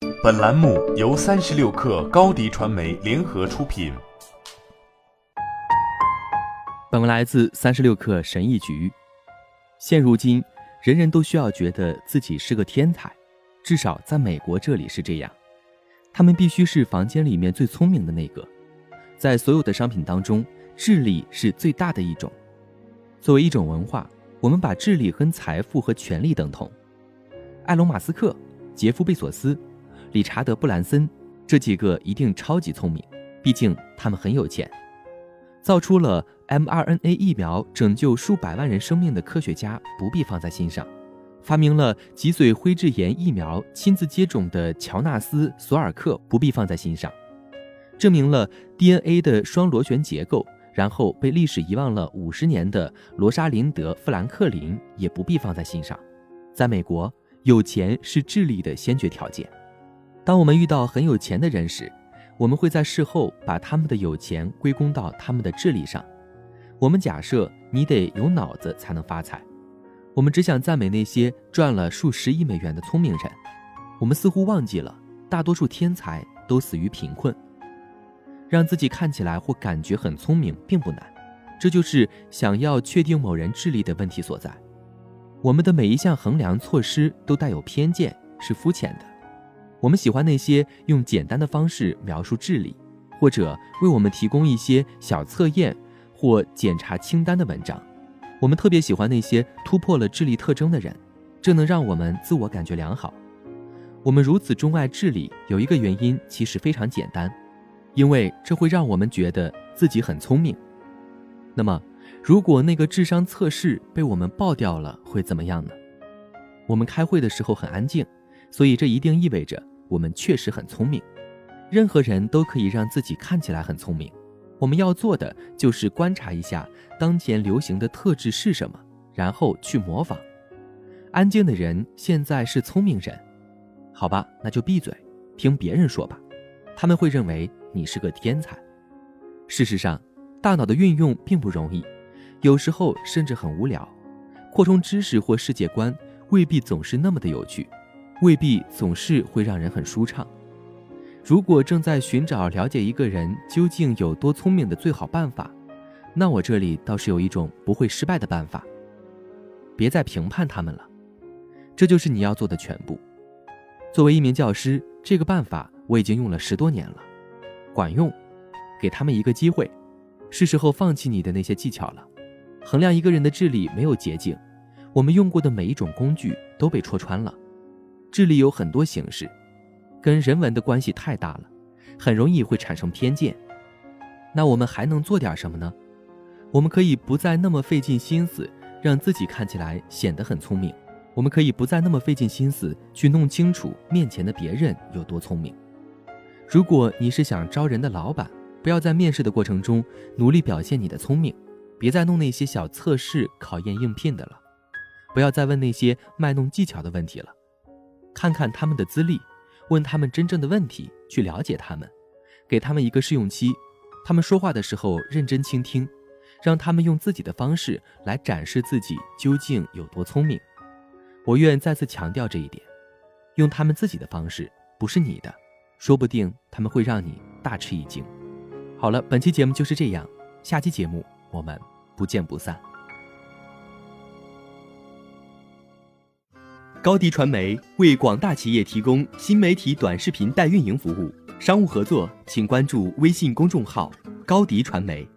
本栏目由36氪高迪传媒联合出品。 本文来自36氪神译局。现如今，人人都需要觉得自己是个天才，至少在美国这里是这样。他们必须是房间里面最聪明的那个。在所有的商品当中，智力是最大的一种。作为一种文化，我们把智力跟财富和权力等同。埃隆·马斯克、杰夫·贝索斯、理查德·布兰森这几个一定超级聪明，毕竟他们很有钱。造出了 mRNA 疫苗拯救数百万人生命的科学家不必放在心上，发明了脊髓灰质炎疫苗亲自接种的乔纳斯·索尔克不必放在心上，证明了 DNA 的双螺旋结构然后被历史遗忘了50年的罗莎琳德·富兰克林也不必放在心上。在美国，有钱是智力的先决条件。当我们遇到很有钱的人时，我们会在事后把他们的有钱归功到他们的智力上。我们假设你得有脑子才能发财。我们只想赞美那些赚了数十亿美元的聪明人。我们似乎忘记了，大多数天才都死于贫困。让自己看起来或感觉很聪明并不难，这就是想要确定某人智力的问题所在。我们的每一项衡量措施都带有偏见，是肤浅的。我们喜欢那些用简单的方式描述智力，或者为我们提供一些小测验或检查清单的文章。我们特别喜欢那些突破了智力特征的人，这能让我们自我感觉良好。我们如此钟爱智力，有一个原因其实非常简单，因为这会让我们觉得自己很聪明。那么，如果那个智商测试被我们爆掉了，会怎么样呢？我们开会的时候很安静，所以这一定意味着我们确实很聪明。任何人都可以让自己看起来很聪明。我们要做的就是观察一下当前流行的特质是什么，然后去模仿。安静的人现在是聪明人，好吧，那就闭嘴，听别人说吧。他们会认为你是个天才。事实上，大脑的运用并不容易，有时候甚至很无聊。扩充知识或世界观未必总是那么的有趣，未必总是会让人很舒畅。如果正在寻找了解一个人究竟有多聪明的最好办法，那我这里倒是有一种不会失败的办法。别再评判他们了，这就是你要做的全部。作为一名教师，这个办法我已经用了10多年了，管用。给他们一个机会，是时候放弃你的那些技巧了。衡量一个人的智力没有捷径，我们用过的每一种工具都被戳穿了。智力有很多形式，跟人文的关系太大了，很容易会产生偏见。那我们还能做点什么呢？我们可以不再那么费尽心思让自己看起来显得很聪明，我们可以不再那么费尽心思去弄清楚面前的别人有多聪明。如果你是想招人的老板，不要在面试的过程中努力表现你的聪明，别再弄那些小测试考验应聘的了，不要再问那些卖弄技巧的问题了。看看他们的资历，问他们真正的问题，去了解他们，给他们一个试用期。他们说话的时候认真倾听，让他们用自己的方式来展示自己究竟有多聪明。我愿再次强调这一点，用他们自己的方式，不是你的，说不定他们会让你大吃一惊。好了，本期节目就是这样，下期节目我们不见不散。 高迪传媒为广大企业提供新媒体短视频代运营服务，商务合作请关注微信公众号高迪传媒。